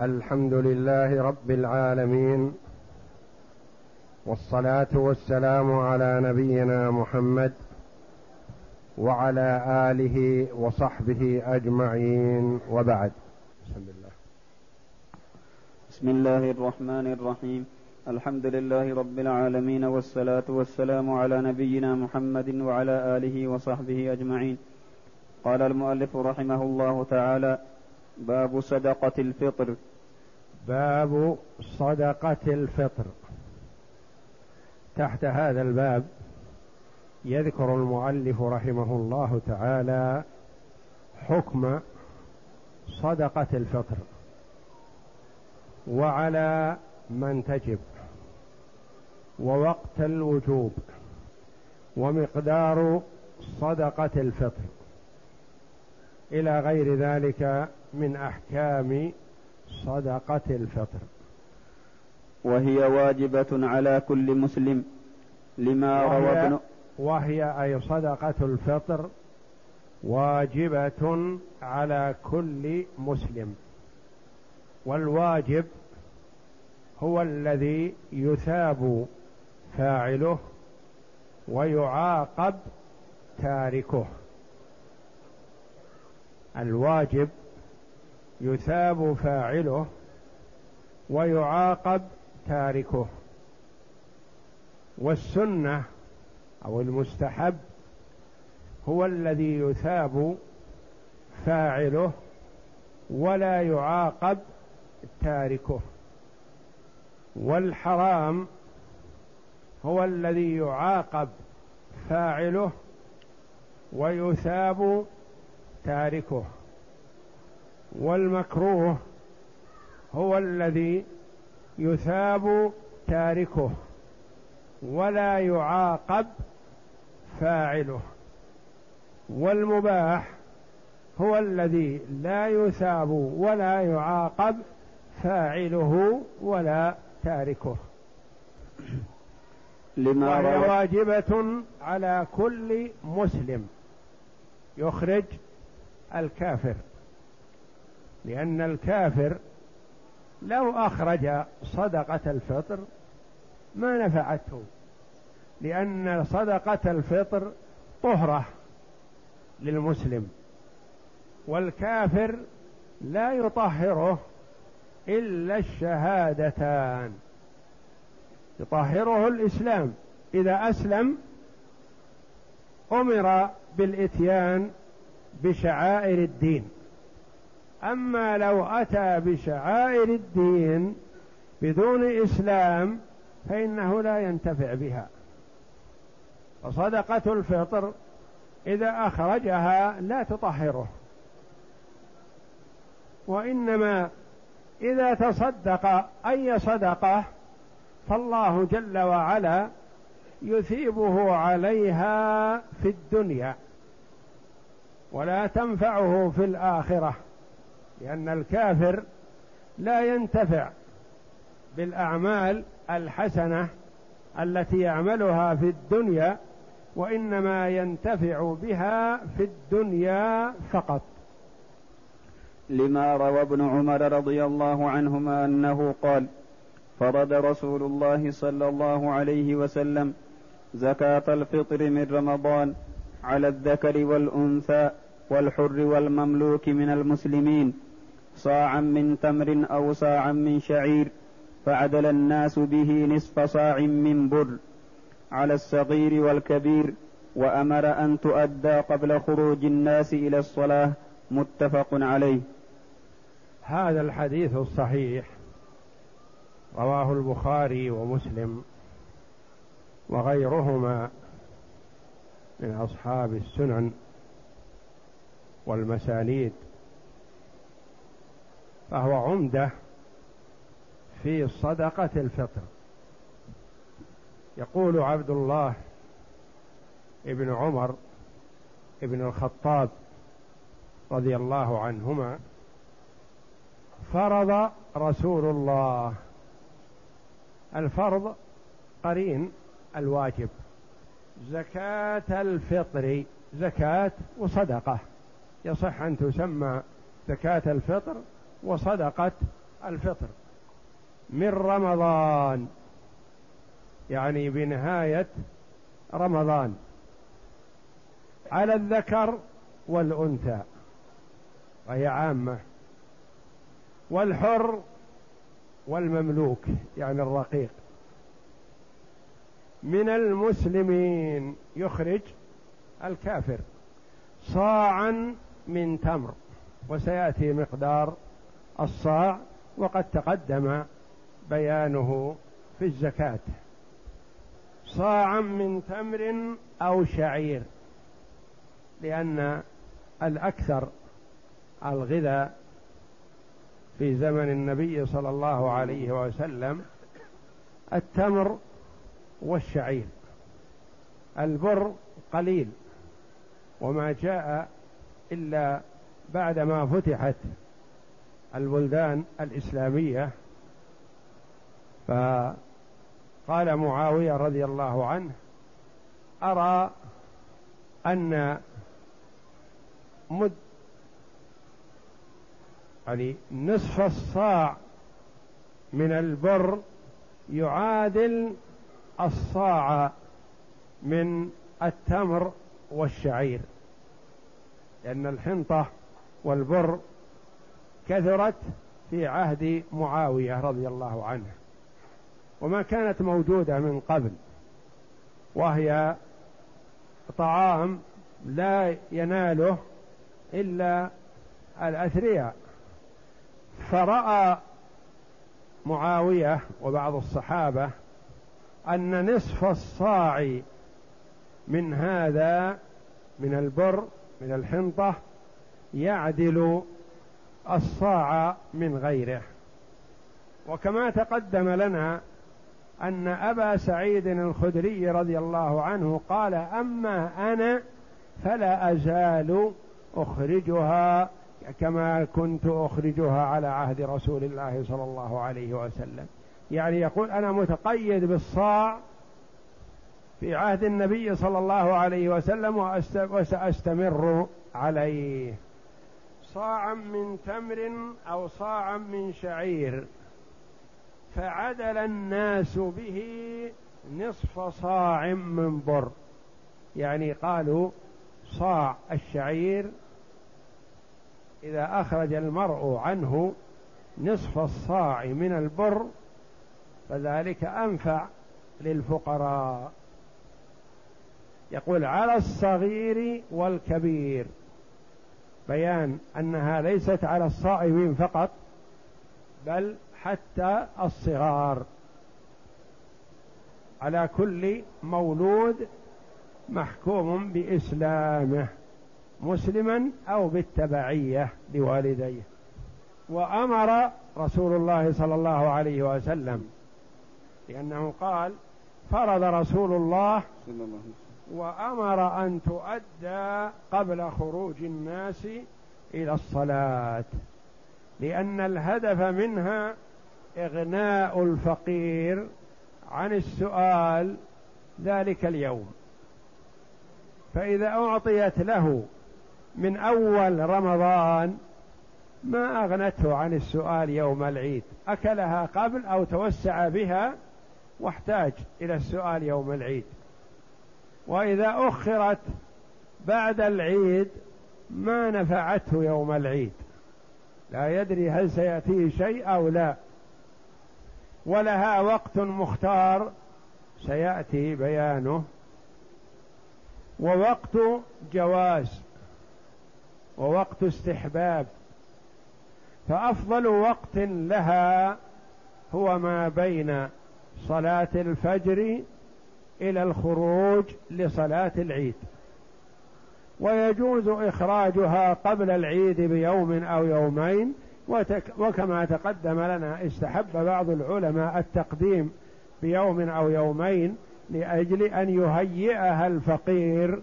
الحمد لله رب العالمين، والصلاة والسلام على نبينا محمد وعلى آله وصحبه أجمعين، وبعد. بسم الله الرحمن الرحيم. الحمد لله رب العالمين، والصلاة والسلام على نبينا محمد وعلى آله وصحبه أجمعين. قال المؤلف رحمه الله تعالى: باب صدقة الفطر. باب صدقة الفطر. تحت هذا الباب يذكر المؤلف رحمه الله تعالى حكم صدقة الفطر، وعلى من تجب، ووقت الوجوب، ومقدار صدقة الفطر، إلى غير ذلك من أحكام صدقة الفطر. وهي واجبة على كل مسلم لما روى وهي أي صدقة الفطر واجبة على كل مسلم، والواجب هو الذي يثاب فاعله ويعاقب تاركه. الواجب يثاب فاعله ويعاقب تاركه، والسنة أو المستحب هو الذي يثاب فاعله ولا يعاقب تاركه، والحرام هو الذي يعاقب فاعله ويثاب تاركه، والمكروه هو الذي يثاب تاركه ولا يعاقب فاعله، والمباح هو الذي لا يثاب ولا يعاقب فاعله ولا تاركه. وهي واجبة على كل مسلم، يخرج الكافر، لأن الكافر لو أخرج صدقة الفطر ما نفعته، لأن صدقة الفطر طهرة للمسلم، والكافر لا يطهره إلا الشهادتان، يطهره الإسلام. إذا أسلم أمر بالإتيان بشعائر الدين، أما لو أتى بشعائر الدين بدون إسلام فإنه لا ينتفع بها. وصدقة الفطر إذا أخرجها لا تطهره، وإنما إذا تصدق أي صدقة فالله جل وعلا يثيبه عليها في الدنيا ولا تنفعه في الآخرة، لأن الكافر لا ينتفع بالأعمال الحسنة التي يعملها في الدنيا، وإنما ينتفع بها في الدنيا فقط. لما روى ابن عمر رضي الله عنهما أنه قال: فرض رسول الله صلى الله عليه وسلم زكاة الفطر من رمضان على الذكر والأنثى والحر والمملوك من المسلمين صاعا من تمر أو صاعا من شعير، فعدل الناس به نصف صاع من بر على الصغير والكبير، وأمر أن تؤدى قبل خروج الناس إلى الصلاة. متفق عليه. هذا الحديث الصحيح رواه البخاري ومسلم وغيرهما من أصحاب السنن والمسانيد، فهو عمدة في صدقة الفطر. يقول عبد الله ابن عمر ابن الخطاب رضي الله عنهما: فرض رسول الله. الفرض قرين الواجب، زكاة الفطر زكاة وصدقة، يصح أن تسمى زكاة الفطر وصدقة الفطر من رمضان، يعني بنهاية رمضان، على الذكر والأنثى وهي عامة، والحر والمملوك يعني الرقيق، من المسلمين يخرج الكافر صاعا من تمر، وسيأتي مقدار الصاع وقد تقدم بيانه في الزكاة. صاعا من تمر أو شعير، لأن الأكثر الغذاء في زمن النبي صلى الله عليه وسلم التمر والشعير، البر قليل، وما جاء إلا بعدما فتحت البلدان الإسلامية. فقال معاوية رضي الله عنه: أرى أن يعني نصف الصاع من البر يعادل الصاع من التمر والشعير، لأن الحنطة والبر كثرت في عهد معاوية رضي الله عنه، وما كانت موجودة من قبل، وهي طعام لا يناله إلا الأثرياء. فرأى معاوية وبعض الصحابة أن نصف الصاع من هذا من البر من الحنطة يعدل الصاع من غيره. وكما تقدم لنا أن أبا سعيد الخدري رضي الله عنه قال: أما أنا فلا أزال أخرجها كما كنت أخرجها على عهد رسول الله صلى الله عليه وسلم، يعني يقول أنا متقيد بالصاع في عهد النبي صلى الله عليه وسلم وسأستمر عليه. صاعا من تمر أو صاعا من شعير، فعدل الناس به نصف صاع من بر، يعني قالوا صاع الشعير إذا أخرج المرء عنه نصف الصاع من البر فذلك أنفع للفقراء. يقول: على الصغير والكبير، بيان أنها ليست على الصائمين فقط بل حتى الصغار، على كل مولود محكوم بإسلامه مسلما أو بالتبعية لوالديه. وأمر رسول الله صلى الله عليه وسلم، لأنه قال: فرض رسول الله وأمر أن تؤدى قبل خروج الناس إلى الصلاة، لأن الهدف منها إغناء الفقير عن السؤال ذلك اليوم، فإذا أعطيت له من أول رمضان ما أغنته عن السؤال يوم العيد، أكلها قبل أو توسع بها واحتاج إلى السؤال يوم العيد. وإذا أخرت بعد العيد ما نفعته يوم العيد، لا يدري هل سيأتيه شيء أو لا، ولها وقت مختار سيأتي بيانه، ووقت جواز ووقت استحباب. فأفضل وقت لها هو ما بين صلاة الفجر إلى الخروج لصلاة العيد، ويجوز إخراجها قبل العيد بيوم أو يومين، وكما تقدم لنا استحب بعض العلماء التقديم بيوم أو يومين لأجل أن يهيئها الفقير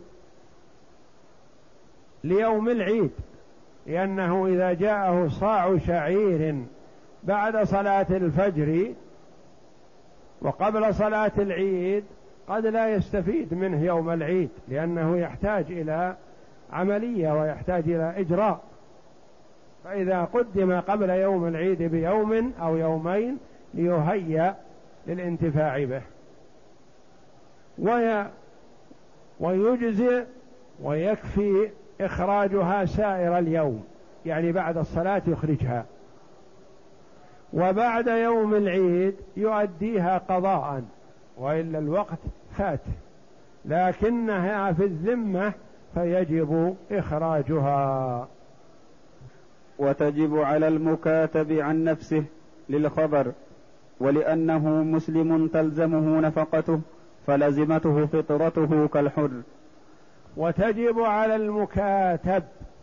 ليوم العيد، لأنه إذا جاءه صاع شعير بعد صلاة الفجر وقبل صلاة العيد قد لا يستفيد منه يوم العيد، لأنه يحتاج إلى عملية ويحتاج إلى إجراء، فإذا قدم قبل يوم العيد بيوم أو يومين ليهيأ للانتفاع به. ويجزئ ويكفي إخراجها سائر اليوم، يعني بعد الصلاة يخرجها، وبعد يوم العيد يؤديها قضاء، وإلا الوقت فات، لكنها في الذمة فيجب إخراجها. وتجب على المكاتب عن نفسه للخبر، ولأنه مسلم تلزمه نفقته فلزمته فطرته كالحر. وتجب على المكاتب،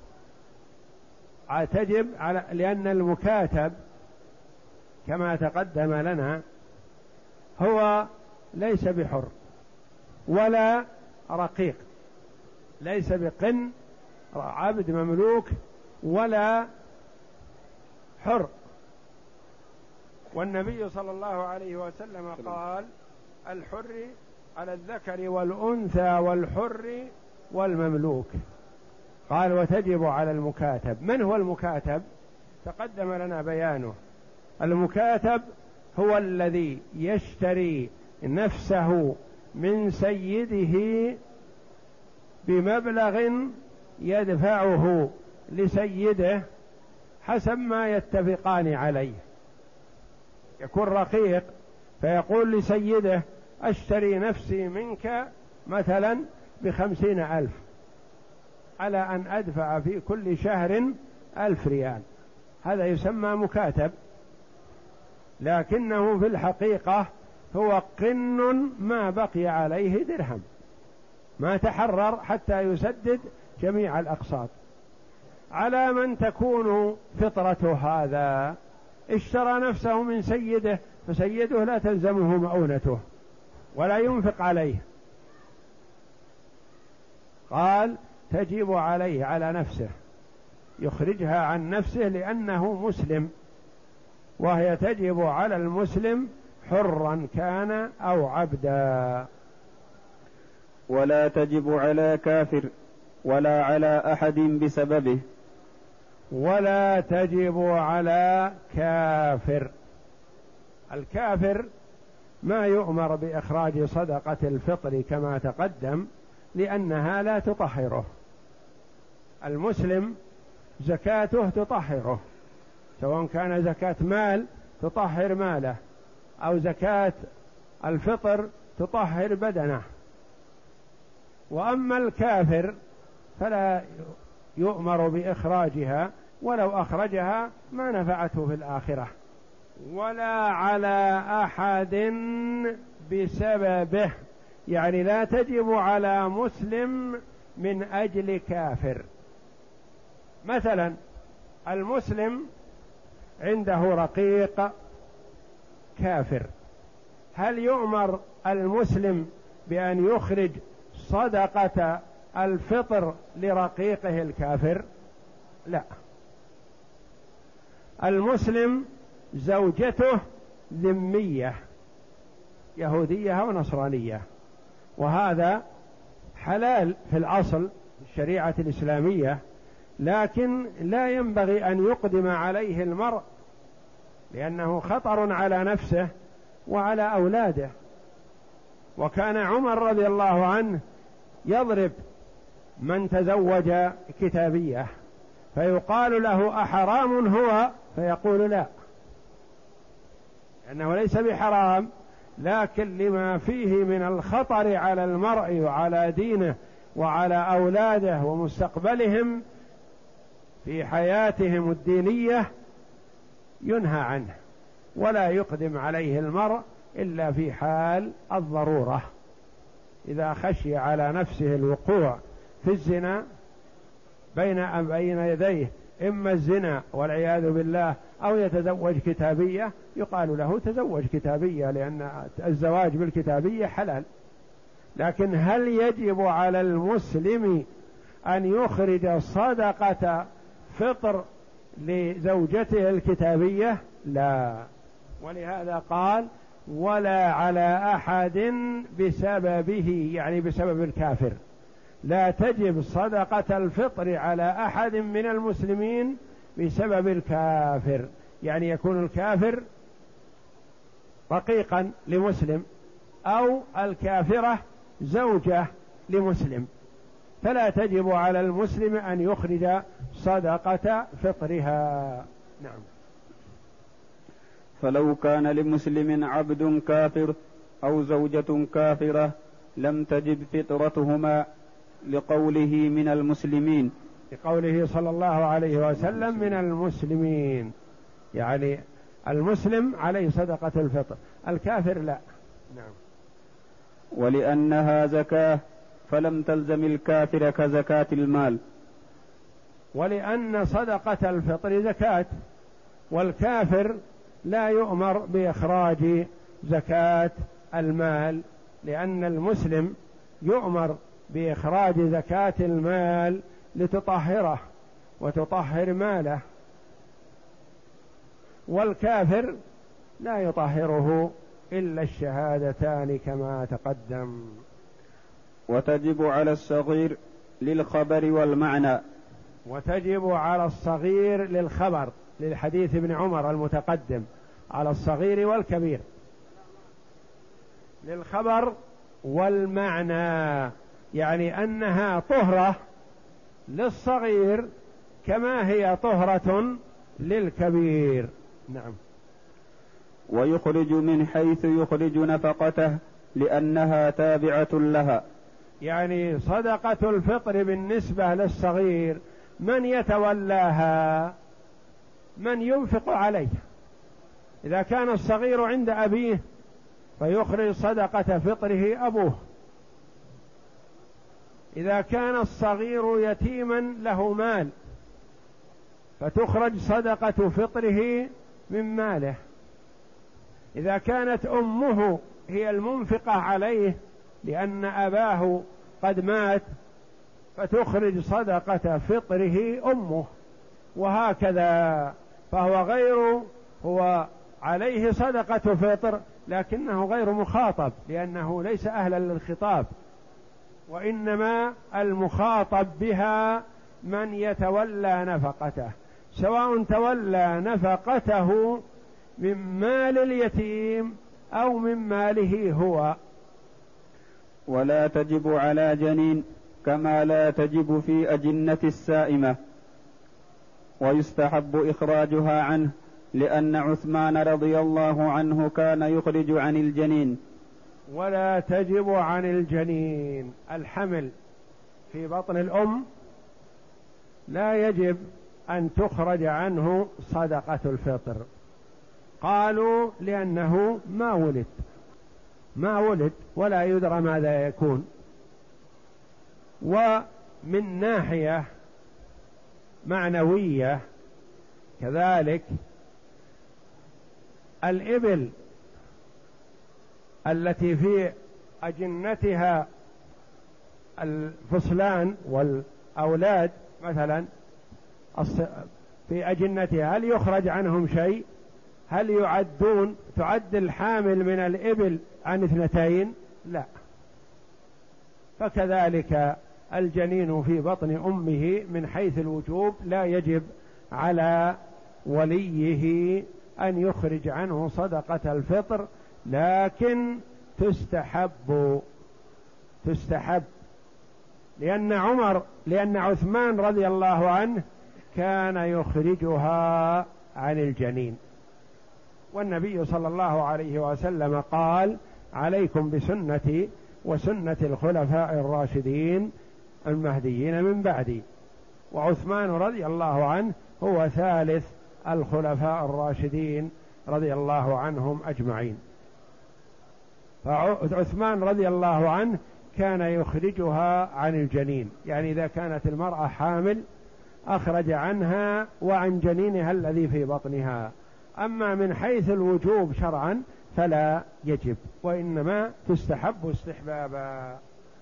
تجب على، لأن المكاتب كما تقدم لنا هو ليس بحر ولا رقيق، ليس بقن عبد مملوك ولا حر. والنبي صلى الله عليه وسلم قال: الحر على الذكر والأنثى والحر والمملوك. قال: وتجب على المكاتب. من هو المكاتب؟ تقدم لنا بيانه. المكاتب هو الذي يشتري نفسه من سيده بمبلغ يدفعه لسيده حسب ما يتفقان عليه. يكون رقيق فيقول لسيده: أشتري نفسي منك مثلا ب50,000 على أن أدفع في كل شهر 1,000 ريال. هذا يسمى مكاتب، لكنه في الحقيقة هو قن ما بقي عليه درهم، ما تحرر حتى يسدد جميع الأقساط. على من تكون فطرة هذا؟ اشترى نفسه من سيده، فسيده لا تلزمه مؤونته ولا ينفق عليه. قال: تجب عليه على نفسه، يخرجها عن نفسه لأنه مسلم، وهي تجب على المسلم حرا كان أو عبدا. ولا تجب على كافر ولا على أحد بسببه. ولا تجب على كافر. الكافر ما يؤمر بإخراج صدقة الفطر كما تقدم، لأنها لا تطهره. المسلم زكاته تطهره، سواء كان زكاة مال تطهر ماله، أو زكاة الفطر تطهر بدنه. وأما الكافر فلا يؤمر بإخراجها، ولو أخرجها ما نفعته في الآخرة. ولا على أحد بسببه، يعني لا تجب على مسلم من أجل كافر. مثلا المسلم عنده رقيق كافر، هل يؤمر المسلم بأن يخرج صدقة الفطر لرقيقه الكافر؟ لا. المسلم زوجته ذمية يهودية أو نصرانية، وهذا حلال في الأصل في الشريعة الإسلامية، لكن لا ينبغي أن يقدم عليه المرء، لأنه خطر على نفسه وعلى أولاده. وكان عمر رضي الله عنه يضرب من تزوج كتابية، فيقال له: أحرام هو؟ فيقول: لا، لأنه ليس بحرام، لكن لما فيه من الخطر على المرء وعلى دينه وعلى أولاده ومستقبلهم في حياتهم الدينية ينهى عنه، ولا يقدم عليه المرء إلا في حال الضرورة، إذا خشي على نفسه الوقوع في الزنا بين يديه، إما الزنا والعياذ بالله أو يتزوج كتابية، يقال له: تزوج كتابية، لأن الزواج بالكتابية حلال. لكن هل يجب على المسلم أن يخرج صدقة فطر لزوجته الكتابية؟ لا. ولهذا قال: ولا على أحد بسببه، يعني بسبب الكافر. لا تجب صدقة الفطر على أحد من المسلمين بسبب الكافر، يعني يكون الكافر رقيقا لمسلم أو الكافرة زوجة لمسلم، فلا تجب على المسلم أن يخرج صدقة فطرها. نعم. فلو كان لمسلم عبد كافر أو زوجة كافرة لم تجب فطرتهما، لقوله من المسلمين، لقوله صلى الله عليه وسلم من المسلمين، يعني المسلم عليه صدقة الفطر، الكافر لا. نعم. ولأنها زكاة فلم تلزم الكافر كزكاة المال. ولأن صدقة الفطر زكاة، والكافر لا يؤمر بإخراج زكاة المال، لأن المسلم يؤمر بإخراج زكاة المال لتطهره وتطهر ماله، والكافر لا يطهره إلا الشهادتان كما تقدم. وتجب على الصغير للخبر والمعنى. وتجب على الصغير للخبر، للحديث ابن عمر المتقدم، على الصغير والكبير، للخبر والمعنى، يعني أنها طهرة للصغير كما هي طهرة للكبير. نعم. ويخرج من حيث يخرج نفقته لأنها تابعة لها، يعني صدقة الفطر بالنسبة للصغير من يتولاها؟ من ينفق عليه. إذا كان الصغير عند أبيه فيخرج صدقة فطره أبوه، إذا كان الصغير يتيما له مال فتخرج صدقة فطره من ماله، إذا كانت أمه هي المنفقة عليه لأن أباه قد مات فتخرج صدقة فطره أمه، وهكذا. هو عليه صدقة فطر لكنه غير مخاطب لأنه ليس أهلا للخطاب، وإنما المخاطب بها من يتولى نفقته، سواء تولى نفقته من مال اليتيم أو من ماله هو. ولا تجب على جنين كما لا تجب في أجنة السائمة، ويستحب إخراجها عنه، لأن عثمان رضي الله عنه كان يخرج عن الجنين. ولا تجب عن الجنين، الحمل في بطن الأم لا يجب أن تخرج عنه صدقة الفطر. قالوا لأنه ما ولد ولا يدرى ماذا يكون. ومن ناحية معنوية كذلك الإبل التي في أجنتها الفصلان والأولاد مثلا في أجنتها، هل يخرج عنهم شيء؟ هل تعد الحامل من الإبل عن 2؟ لا. فكذلك الجنين في بطن أمه من حيث الوجوب لا يجب على وليه أن يخرج عنه صدقة الفطر، لكن تستحب لأن عثمان رضي الله عنه كان يخرجها عن الجنين، والنبي صلى الله عليه وسلم قال: عليكم بسنتي وسنة الخلفاء الراشدين المهديين من بعدي. وعثمان رضي الله عنه هو ثالث الخلفاء الراشدين رضي الله عنهم أجمعين. فعثمان رضي الله عنه كان يخرجها عن الجنين، يعني إذا كانت المرأة حامل أخرج عنها وعن جنينها الذي في بطنها. أما من حيث الوجوب شرعا فلا يجب، وإنما تستحب استحبابا.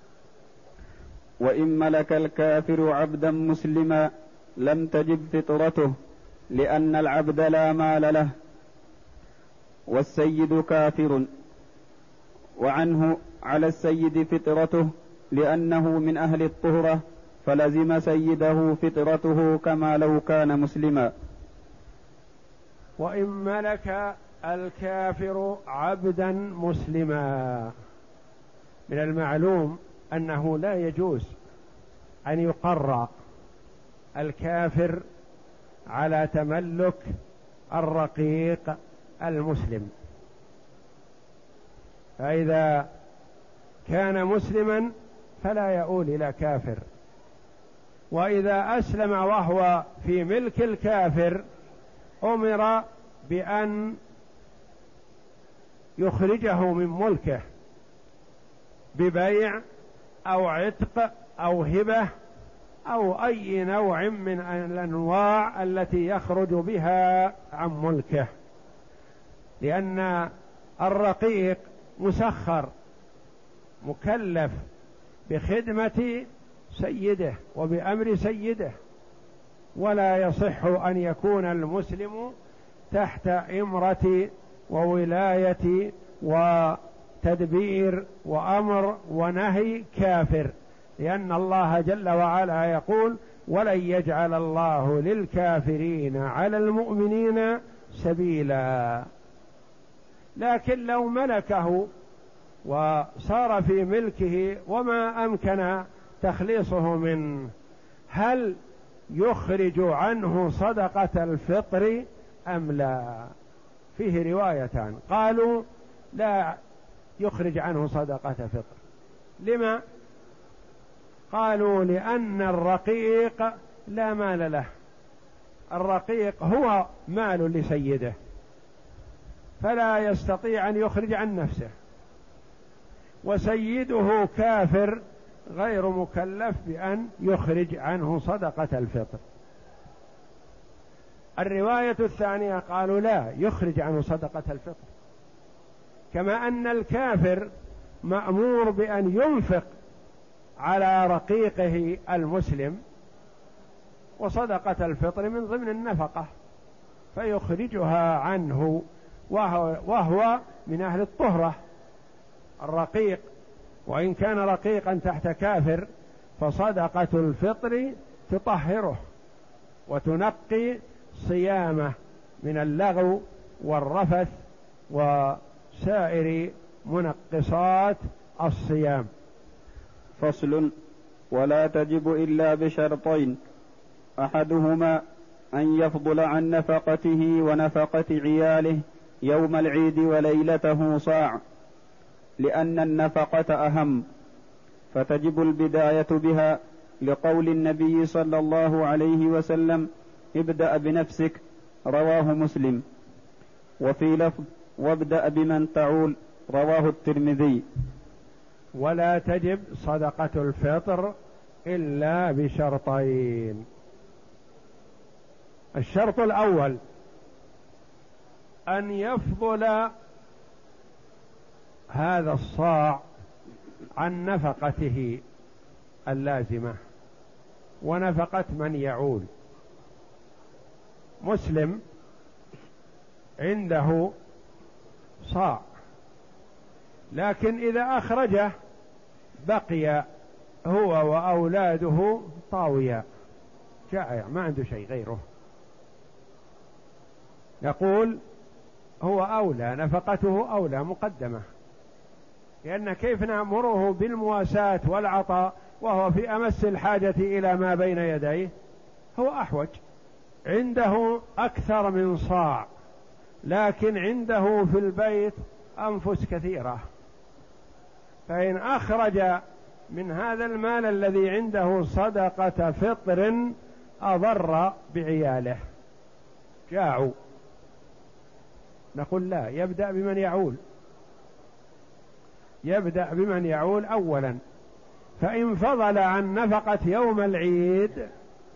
وإن ملك الكافر عبدا مسلما لم تجب فطرته، لأن العبد لا مال له والسيد كافر، وعنه على السيد فطرته لأنه من أهل الطهرة، فلزم سيده فطرته كما لو كان مسلما. وإن ملك الكافر عبدا مسلما. من المعلوم أنه لا يجوز أن يقر الكافر على تملك الرقيق المسلم، فإذا كان مسلما فلا يؤول إلى كافر، وإذا أسلم وهو في ملك الكافر أمر بأن يخرجه من ملكه ببيع أو عتق أو هبة أو أي نوع من الأنواع التي يخرج بها عن ملكه، لأن الرقيق مسخر مكلف بخدمة سيده وبأمر سيده، ولا يصح أن يكون المسلم تحت إمرة وولاية وتدبير وأمر ونهي كافر، لأن الله جل وعلا يقول: ولن يجعل الله للكافرين على المؤمنين سبيلا. لكن لو ملكه وصار في ملكه وما أمكن تخليصه منه، هل يخرج عنه صدقة الفطر أم لا؟ فيه روايتان، قالوا لا يخرج عنه صدقة فطر. لما؟ قالوا لأن الرقيق لا مال له، الرقيق هو مال لسيده فلا يستطيع أن يخرج عن نفسه، وسيده كافر غير مكلف بأن يخرج عنه صدقة الفطر. الرواية الثانية قالوا لا يخرج عنه صدقة الفطر، كما أن الكافر مأمور بأن ينفق على رقيقه المسلم، وصدقة الفطر من ضمن النفقة فيخرجها عنه، وهو من أهل الطهرة الرقيق، وإن كان رقيقا تحت كافر فصدقة الفطر تطهره وتنقي صيامه من اللغو والرفث وسائر منقصات الصيام. فصل: ولا تجب إلا بشرطين: أحدهما أن يفضل عن نفقته ونفقة عياله يوم العيد وليلته صاع، لأن النفقة أهم، فتجب البداية بها لقول النبي صلى الله عليه وسلم: ابدأ بنفسك، رواه مسلم. وفي لفظ: وابدأ بمن تعول، رواه الترمذي. ولا تجب صدقة الفطر إلا بشرطين: الشرط الأول أن يفضل هذا الصاع عن نفقته اللازمة ونفقة من يعول. مسلم عنده صاع، لكن إذا أخرجه بقي هو وأولاده طاويا جائع ما عنده شيء غيره، يقول هو أولى، نفقته أولى مقدمة، لأن كيف نأمره بالمواساة والعطاء وهو في أمس الحاجة إلى ما بين يديه؟ هو أحوج، عنده أكثر من صاع، لكن عنده في البيت أنفس كثيرة، فإن أخرج من هذا المال الذي عنده صدقة فطر أضر بعياله جاعوا، نقول لا، يبدأ بمن يعول، يبدأ بمن يعول أولا، فإن فضل عن نفقة يوم العيد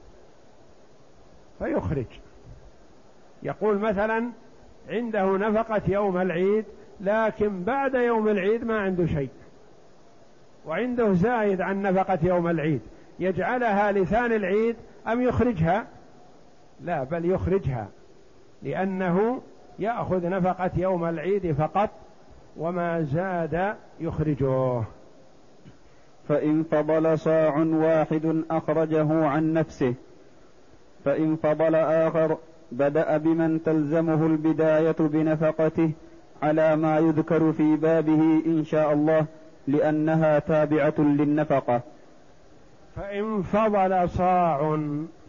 فيخرج. يقول مثلا عنده نفقة يوم العيد، لكن بعد يوم العيد ما عنده شيء وعنده زايد عن نفقة يوم العيد، يجعلها لثاني العيد أم يخرجها؟ لا، بل يخرجها، لأنه يأخذ نفقة يوم العيد فقط وما زاد يخرجه. فإن فضل صاع واحد أخرجه عن نفسه، فإن فضل آخر بدأ بمن تلزمه البداية بنفقته على ما يذكر في بابه إن شاء الله، لأنها تابعة للنفقة. فإن فضل صاع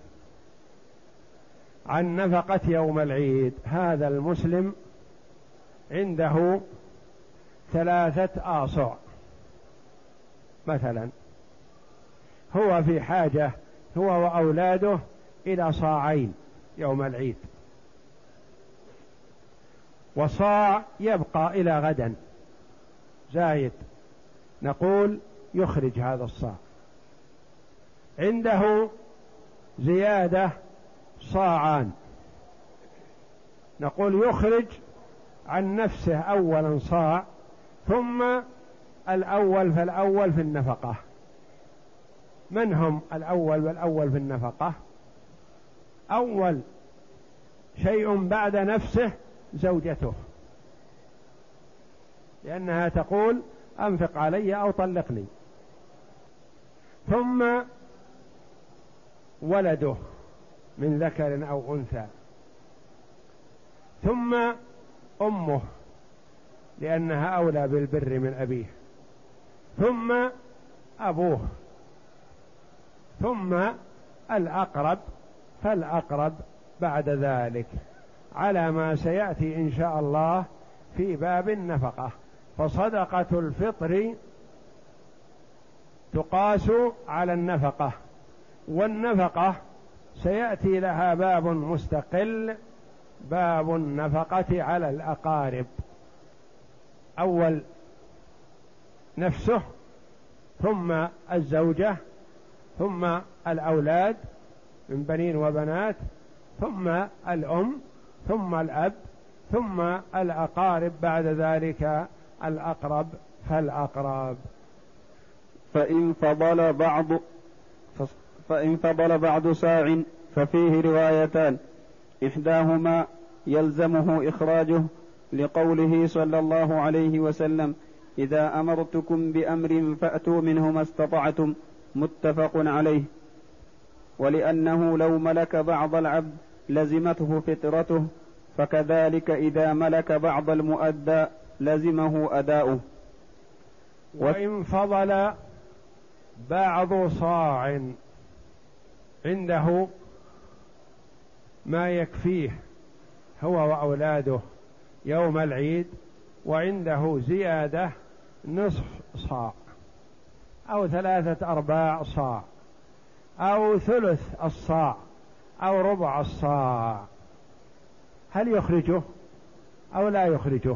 عن نفقة يوم العيد، هذا المسلم عنده 3 آصع مثلا، هو في حاجة هو وأولاده إلى صاعين يوم العيد، وصاع يبقى إلى غدا زايد، نقول يخرج هذا الصاع. عنده زيادة صاعان، نقول يخرج عن نفسه أولا صاع، ثم الأول فالأول في النفقة. من هم الأول والأول في النفقة؟ أول شيء بعد نفسه زوجته، لأنها تقول أنفق علي أو طلقني، ثم ولده من ذكر أو أنثى، ثم أمه لأنها أولى بالبر من أبيه، ثم أبوه، ثم الأقرب فالأقرب بعد ذلك، على ما سيأتي إن شاء الله في باب النفقة. فصدقة الفطر تقاس على النفقة، والنفقة سيأتي لها باب مستقل، باب النفقة على الأقارب. أول نفسه، ثم الزوجة، ثم الأولاد من بنين وبنات، ثم الأم، ثم الأب، ثم الأقارب بعد ذلك الأقرب فالأقرب. فإن فضل بعض ساع ففيه روايتان، إحداهما يلزمه إخراجه لقوله صلى الله عليه وسلم: إذا أمرتكم بأمر فأتوا منه ما استطعتم، متفق عليه. ولأنه لو ملك بعض العبد لزمته فطرته، فكذلك إذا ملك بعض المؤدى لزمه أداؤه. وإن فضل بعض صاع عنده ما يكفيه هو وأولاده يوم العيد، وعنده زيادة نصف صاع أو 3/4 صاع أو ثلث الصاع أو ربع الصاع، هل يخرجه أو لا يخرجه؟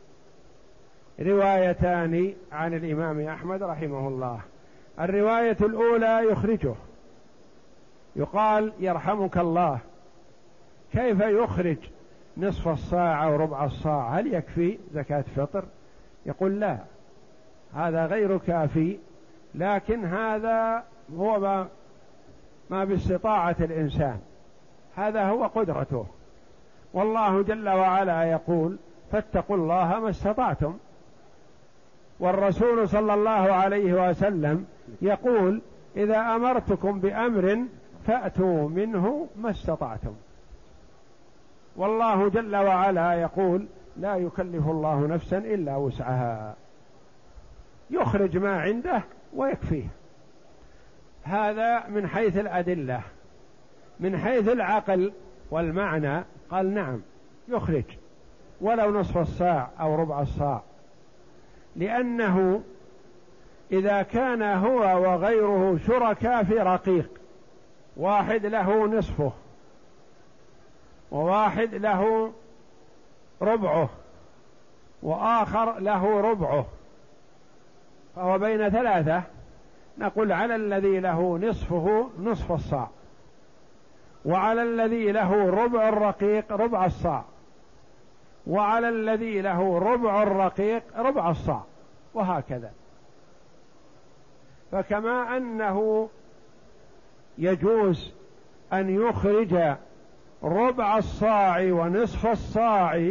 روايتان عن الإمام أحمد رحمه الله. الرواية الأولى يخرجه، يقال يرحمك الله، كيف يخرج نصف الصاع أو ربع الصاع؟ هل يكفي زكاة فطر؟ يقول لا، هذا غير كافي، لكن هذا هو ما باستطاعة الإنسان، هذا هو قدرته. والله جل وعلا يقول: فاتقوا الله ما استطعتم. والرسول صلى الله عليه وسلم يقول: إذا أمرتكم بأمر فأتوا منه ما استطعتم. والله جل وعلا يقول: لا يكلف الله نفسا إلا وسعها، يخرج ما عنده ويكفيه. هذا من حيث الأدلة. من حيث العقل والمعنى قال: نعم يخرج ولو نصف الصاع أو ربع الصاع، لأنه إذا كان هو وغيره شركاء في رقيق، واحد له نصفه وواحد له ربعه وآخر له ربعه، فهو بين 3، نقول على الذي له نصفه نصف الصاع، وعلى الذي له ربع الرقيق ربع الصاع، وعلى الذي له ربع الرقيق ربع الصاع، وهكذا. فكما أنه يجوز أن يخرج ربع الصاع ونصف الصاع،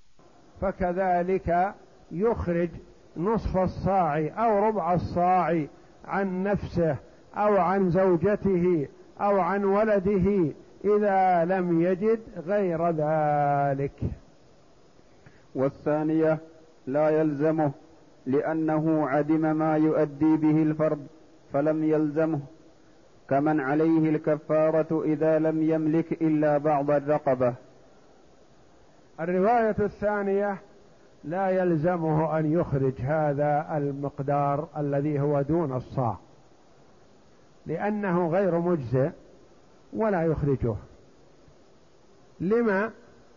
فكذلك يخرج نصف الصاع أو ربع الصاع عن نفسه أو عن زوجته أو عن ولده إذا لم يجد غير ذلك. والثانية لا يلزمه لأنه عدم ما يؤدي به الفرض فلم يلزمه، كمن عليه الكفارة إذا لم يملك إلا بعض الرقبة. الرواية الثانية لا يلزمه أن يخرج هذا المقدار الذي هو دون الصاع، لأنه غير مجزئ ولا يخرجه. لما؟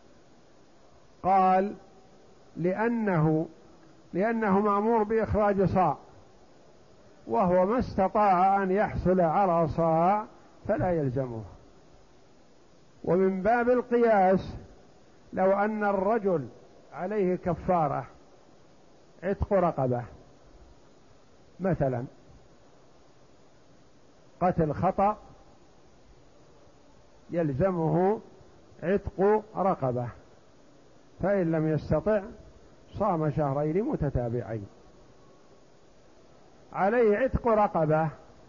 قال لأنه مأمور بإخراج صاع، وهو ما استطاع أن يحصل على صاع فلا يلزمه. ومن باب القياس لو أن الرجل عليه كفارة عتق رقبة مثلا، قتل خطأ يلزمه عتق رقبة، فإن لم يستطع صام شهرين متتابعين. عليه عتق رقبة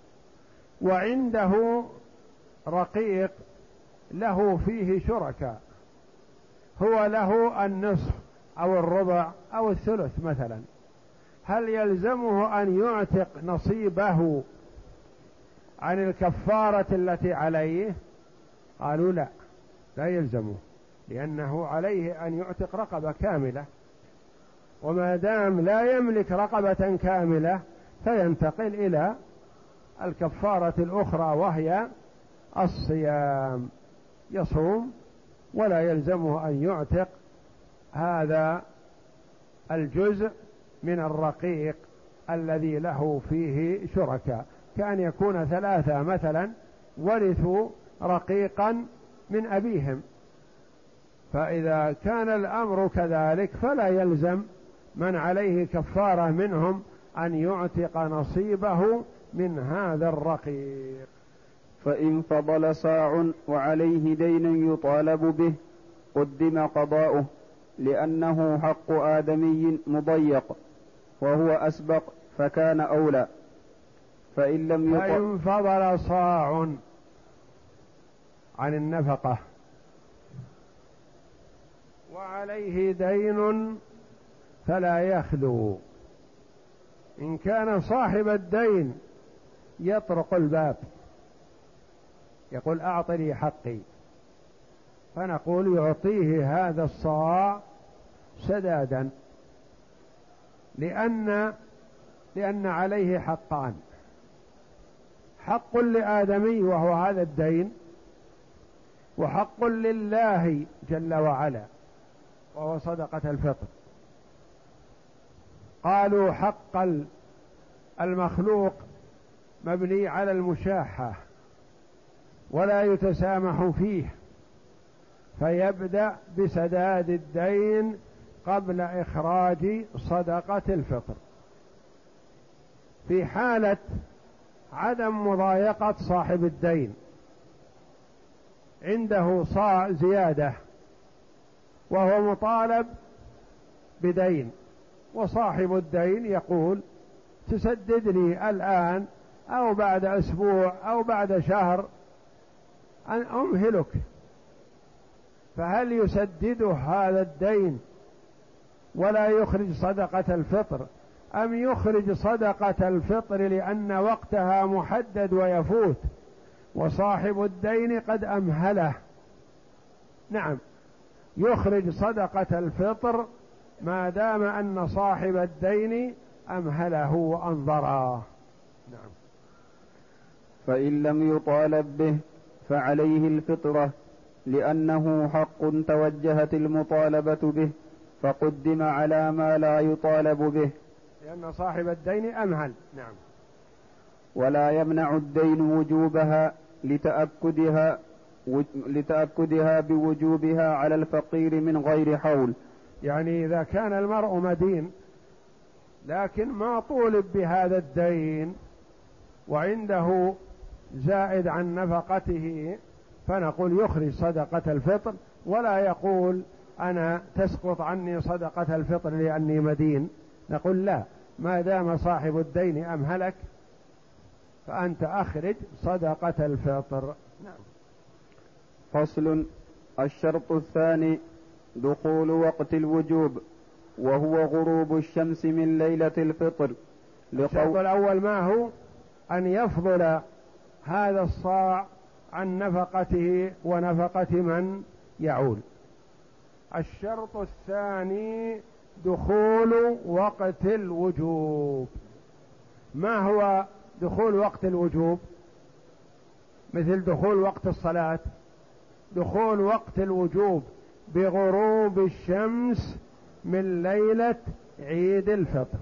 وعنده رقيق له فيه شركاء، هو له النصف أو الربع أو الثلث مثلا، هل يلزمه أن يعتق نصيبه عن الكفارة التي عليه؟ قالوا لا يلزمه، لأنه عليه أن يعتق رقبة كاملة، وما دام لا يملك رقبة كاملة فينتقل إلى الكفارة الأخرى وهي الصيام، يصوم ولا يلزمه أن يعتق هذا الجزء من الرقيق الذي له فيه شركاء، كأن يكون ثلاثة مثلا ورثوا رقيقا من أبيهم، فإذا كان الأمر كذلك فلا يلزم من عليه كفارة منهم أن يعتق نصيبه من هذا الرقيق. فإن فضل صاع وعليه دين يطالب به قدم قضاؤه، لأنه حق آدمي مضيق وهو أسبق فكان أولى. فإن فضل صاع عن النفقة وعليه دين فلا يخلو، إن كان صاحب الدين يطرق الباب يقول أعطني حقي، فنقول يعطيه هذا الصاع سدادا، لأن عليه حقان، حق لآدمي وهو هذا الدين، وحق لله جل وعلا وهو صدقة الفطر. قالوا حق المخلوق مبني على المشاحة ولا يتسامح فيه، فيبدأ بسداد الدين قبل إخراج صدقة الفطر. في حالة عدم مضايقة صاحب الدين، عنده صاع زيادة وهو مطالب بدين، وصاحب الدين يقول تسددني الآن أو بعد أسبوع أو بعد شهر أن أمهلك، فهل يسدده هذا الدين ولا يخرج صدقة الفطر، أم يخرج صدقة الفطر لأن وقتها محدد ويفوت وصاحب الدين قد أمهله؟ نعم، يخرج صدقة الفطر ما دام أن صاحب الدين أمهله وأنظره. نعم. فإن لم يطالب به فعليه الفطرة، لأنه حق توجهت المطالبة به فقدم على ما لا يطالب به، لأن صاحب الدين أمهل. نعم. ولا يمنع الدين وجوبها لتأكدها بوجوبها على الفقير من غير حول. يعني إذا كان المرء مدين لكن ما طولب بهذا الدين وعنده زائد عن نفقته، فنقول يخرج صدقة الفطر، ولا يقول أنا تسقط عني صدقة الفطر لأني مدين، نقول لا، ما دام صاحب الدين أمهلك فأنت أخرج صدقة الفطر. نعم. فصل. الشرط الثاني دخول وقت الوجوب، وهو غروب الشمس من ليلة الفطر. الشرط الأول ما هو؟ أن يفضل هذا الصاع عن نفقته ونفقة من يعول. الشرط الثاني دخول وقت الوجوب. ما هو دخول وقت الوجوب؟ مثل دخول وقت الصلاة. دخول وقت الوجوب بغروب الشمس من ليلة عيد الفطر.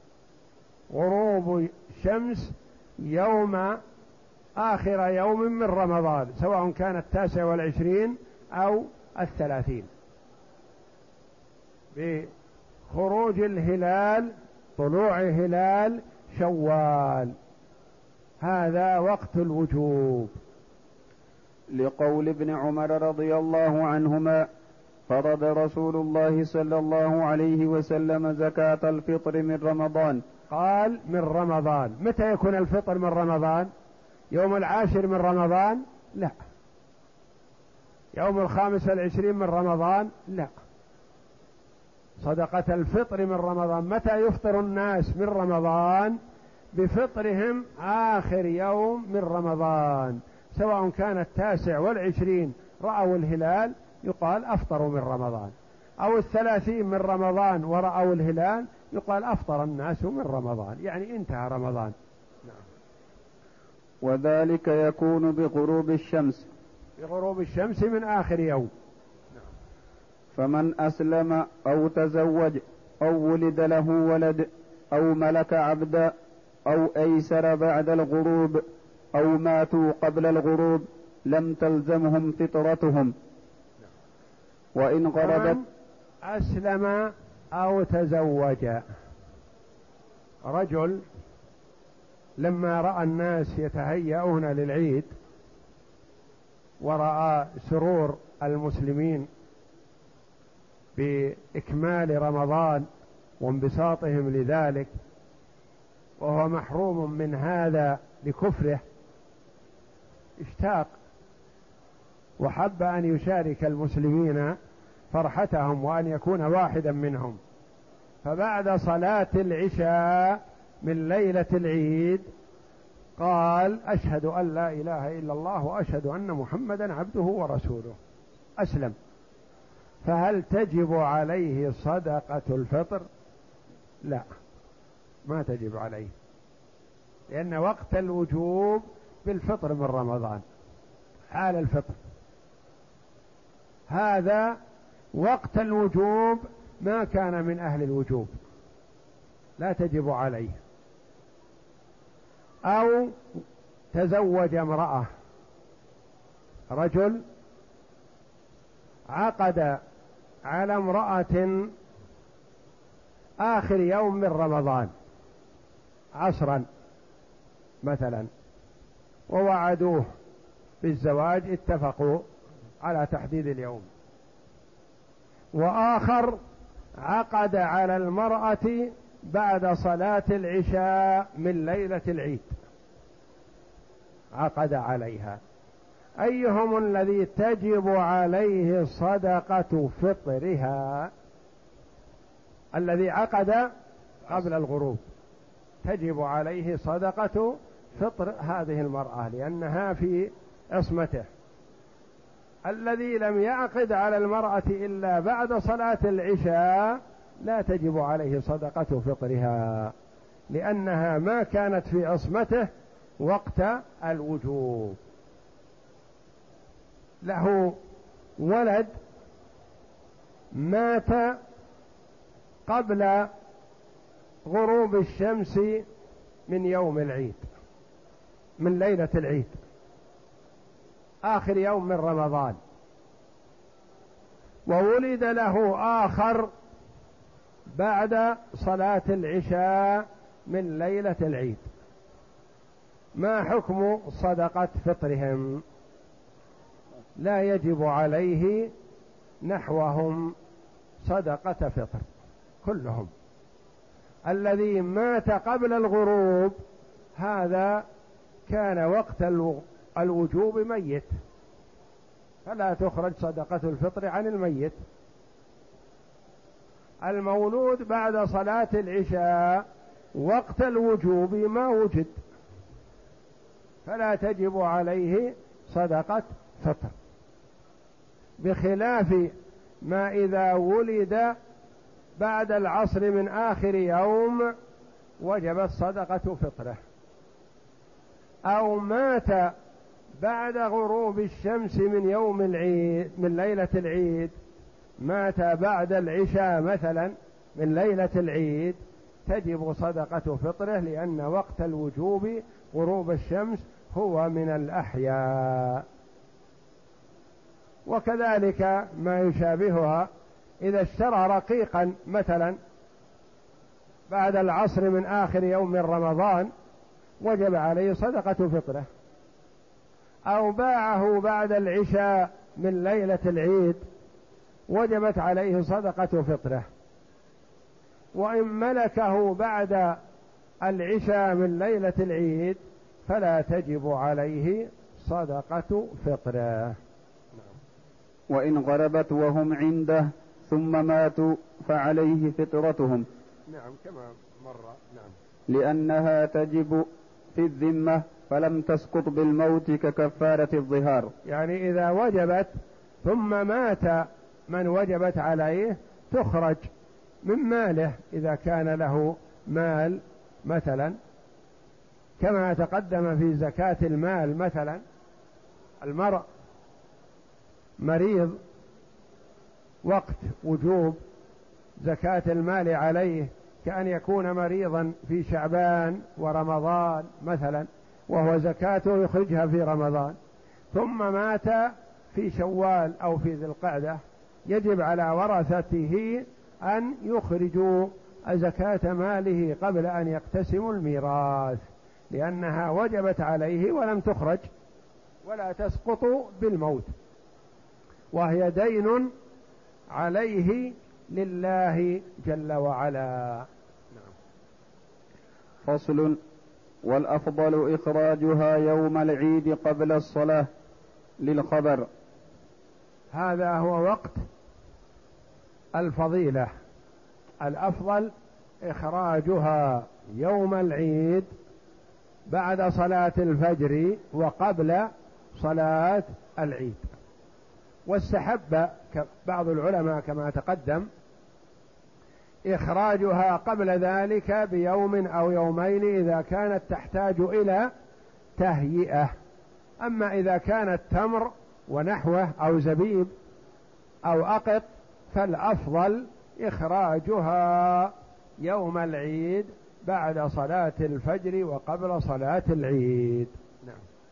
غروب الشمس يوم آخر يوم من رمضان، سواء كان 29 أو 30، بخروج الهلال، طلوع هلال شوال، هذا وقت الوجوب. لقول ابن عمر رضي الله عنهما: فرض رسول الله صلى الله عليه وسلم زكاة الفطر من رمضان. قال من رمضان. متى يكون الفطر من رمضان؟ يوم 10 من رمضان؟ لا. يوم 25 من رمضان؟ لا. صدقة الفطر من رمضان. متى يفطر الناس من رمضان؟ بفطرهم آخر يوم من رمضان، سواء كان 29 رأوا الهلال يقال أفطروا من رمضان، أو 30 من رمضان ورأوا الهلال يقال أفطر الناس من رمضان، يعني انتهى رمضان. وذلك يكون بغروب الشمس. بغروب الشمس من آخر يوم. فمن أسلم أو تزوج أو ولد له ولد أو ملك عبدا أو أيسر بعد الغروب أو ماتوا قبل الغروب لم تلزمهم فطرتهم. وإن غربت. أسلم أو تزوج. رجل لما رأى الناس يتهيئون للعيد ورأى سرور المسلمين بإكمال رمضان وانبساطهم لذلك، وهو محروم من هذا لكفره، اشتاق وحب أن يشارك المسلمين فرحتهم وأن يكون واحدا منهم. فبعد صلاة العشاء من ليلة العيد قال: أشهد أن لا إله إلا الله وأشهد أن محمدا عبده ورسوله. أسلم. فهل تجب عليه صدقة الفطر؟ لا، ما تجب عليه، لأن وقت الوجوب بالفطر من رمضان، حال الفطر. هذا وقت الوجوب ما كان من أهل الوجوب لا تجب عليه. أو تزوج امرأة، رجل عقد على امرأة آخر يوم من رمضان عصرا مثلا، ووعدوه بالزواج، اتفقوا على تحديد اليوم. وآخر عقد على المرأة بعد صلاة العشاء من ليلة العيد، عقد عليها. أيهم الذي تجب عليه صدقة فطرها؟ الذي عقد قبل الغروب تجب عليه صدقة فطر هذه المرأة لأنها في عصمته. الذي لم يعقد على المرأة إلا بعد صلاة العشاء لا تجب عليه صدقة فطرها، لأنها ما كانت في عصمته وقت الوجوب. له ولد مات قبل غروب الشمس من يوم العيد، من ليلة العيد، آخر يوم من رمضان، وولد له آخر بعد صلاة العشاء من ليلة العيد. ما حكم صدقة فطرهم؟ لا يجب عليه نحوهم صدقة فطر كلهم. الذي مات قبل الغروب هذا كان وقت الوجوب ميت، فلا تخرج صدقة الفطر عن الميت. المولود بعد صلاة العشاء وقت الوجوب ما وجد، فلا تجب عليه صدقة فطر، بخلاف ما إذا ولد بعد العصر من آخر يوم وجبت صدقة فطره، أو مات بعد غروب الشمس من يوم العيد من ليلة العيد، مات بعد العشاء مثلا من ليلة العيد، تجب صدقة فطره، لأن وقت الوجوب غروب الشمس هو من الأحياء. وكذلك ما يشابهها إذا اشترى رقيقا مثلا بعد العصر من آخر يوم من رمضان وجب عليه صدقة فطره، أو باعه بعد العشاء من ليلة العيد وجبت عليه صدقة فطره، وإن ملكه بعد العشاء من ليلة العيد فلا تجب عليه صدقة فطره. وإن غربت وهم عنده ثم ماتوا فعليه فطرتهم. نعم كما مر. نعم، لأنها تجب في الذمة فلم تسقط بالموت ككفارة الظهار. يعني إذا وجبت ثم مات من وجبت عليه تخرج من ماله إذا كان له مال مثلا، كما تقدم في زكاة المال. مثلا المرء مريض وقت وجوب زكاة المال عليه، كأن يكون مريضا في شعبان ورمضان مثلا، وهو زكاته يخرجها في رمضان، ثم مات في شوال أو في ذي القعدة، يجب على ورثته أن يخرجوا زكاة ماله قبل أن يقتسموا الميراث، لأنها وجبت عليه ولم تخرج ولا تسقط بالموت، وهي دين عليه لله جل وعلا. نعم. فصل. والأفضل إخراجها يوم العيد قبل الصلاة للخبر. هذا هو وقت الفضيلة، الأفضل إخراجها يوم العيد بعد صلاة الفجر وقبل صلاة العيد. واستحب بعض العلماء كما تقدم إخراجها قبل ذلك بيوم أو يومين إذا كانت تحتاج إلى تهيئة. أما إذا كانت تمر ونحوه أو زبيب أو أقط فالأفضل إخراجها يوم العيد بعد صلاة الفجر وقبل صلاة العيد. نعم.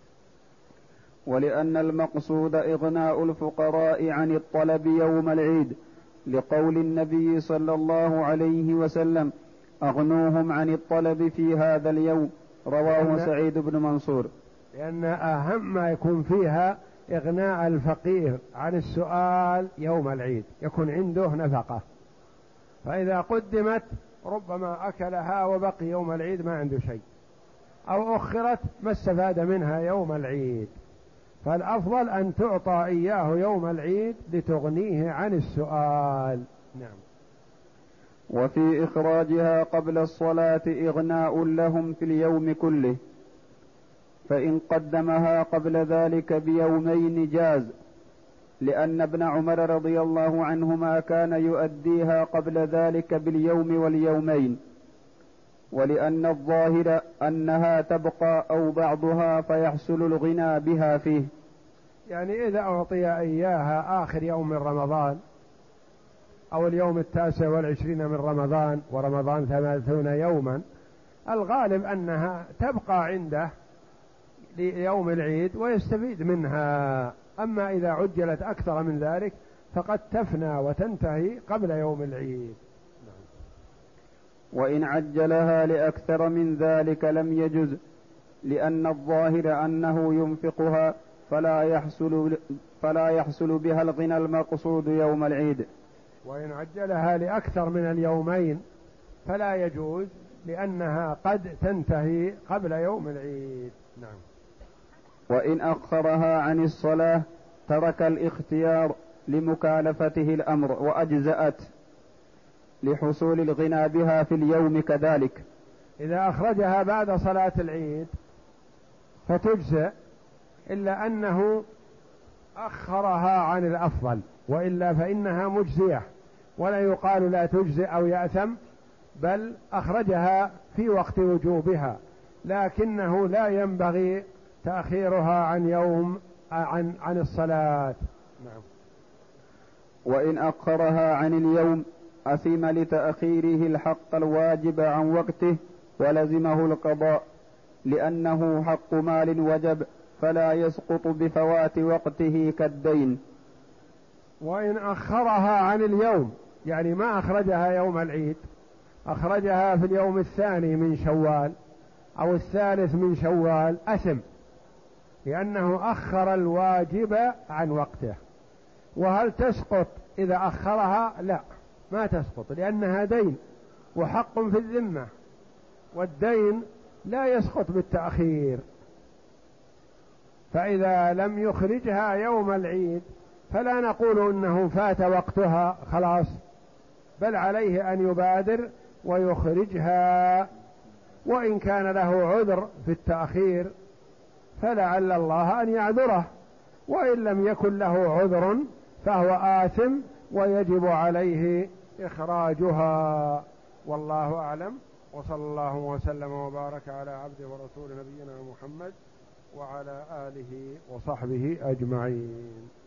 ولأن المقصود إغناء الفقراء عن الطلب يوم العيد، لقول النبي صلى الله عليه وسلم: أغنوهم عن الطلب في هذا اليوم، رواه سعيد بن منصور. لأن أهم ما يكون فيها إغناء الفقير عن السؤال يوم العيد، يكون عنده نفقة، فإذا قدمت ربما أكلها وبقي يوم العيد ما عنده شيء، أو أخرت ما استفاد منها يوم العيد، فالأفضل أن تعطى إياه يوم العيد لتغنيه عن السؤال. نعم. وفي إخراجها قبل الصلاة إغناء لهم في اليوم كله، فإن قدمها قبل ذلك بيومين جاز، لأن ابن عمر رضي الله عنهما كان يؤديها قبل ذلك باليوم واليومين، ولأن الظاهر أنها تبقى أو بعضها فيحصل الغنى بها فيه. يعني إذا أعطي إياها آخر يوم من رمضان أو اليوم 29 من رمضان، ورمضان 30 يوما، الغالب أنها تبقى عنده ليوم العيد ويستفيد منها. أما إذا عجلت أكثر من ذلك فقد تفنى وتنتهي قبل يوم العيد. وإن عجلها لأكثر من ذلك لم يجز، لأن الظاهر أنه ينفقها فلا يحصل بها الغنى المقصود يوم العيد. وإن عجلها لأكثر من اليومين فلا يجوز، لأنها قد تنتهي قبل يوم العيد. نعم. وإن أخرها عن الصلاة ترك الاختيار لمكالفته الأمر وأجزأت لحصول الغنى بها في اليوم كذلك. إذا أخرجها بعد صلاة العيد فتجزئ، إلا أنه أخرها عن الأفضل، وإلا فإنها مجزية ولا يقال لا تجزئ أو يأثم، بل أخرجها في وقت وجوبها، لكنه لا ينبغي تأخيرها عن يوم عن الصلاة. نعم. وإن أخرها عن اليوم أثم لتأخيره الحق الواجب عن وقته ولزمه القضاء، لأنه حق مال وجب فلا يسقط بفوات وقته كالدين. وإن أخرها عن اليوم، يعني ما أخرجها يوم العيد، أخرجها في اليوم الثاني من شوال أو الثالث من شوال، أثم، لأنه أخر الواجب عن وقته. وهل تسقط إذا أخرها؟ لا، ما تسقط، لأنها دين وحق في الذمة، والدين لا يسقط بالتأخير. فإذا لم يخرجها يوم العيد فلا نقول إنه فات وقتها خلاص، بل عليه أن يبادر ويخرجها، وإن كان له عذر في التأخير فلعل الله أن يعذره، وإن لم يكن له عذر فهو آثم ويجب عليه إخراجها. والله أعلم، وصلى الله وسلم وبارك على عبده ورسول نبينا محمد وعلى آله وصحبه أجمعين.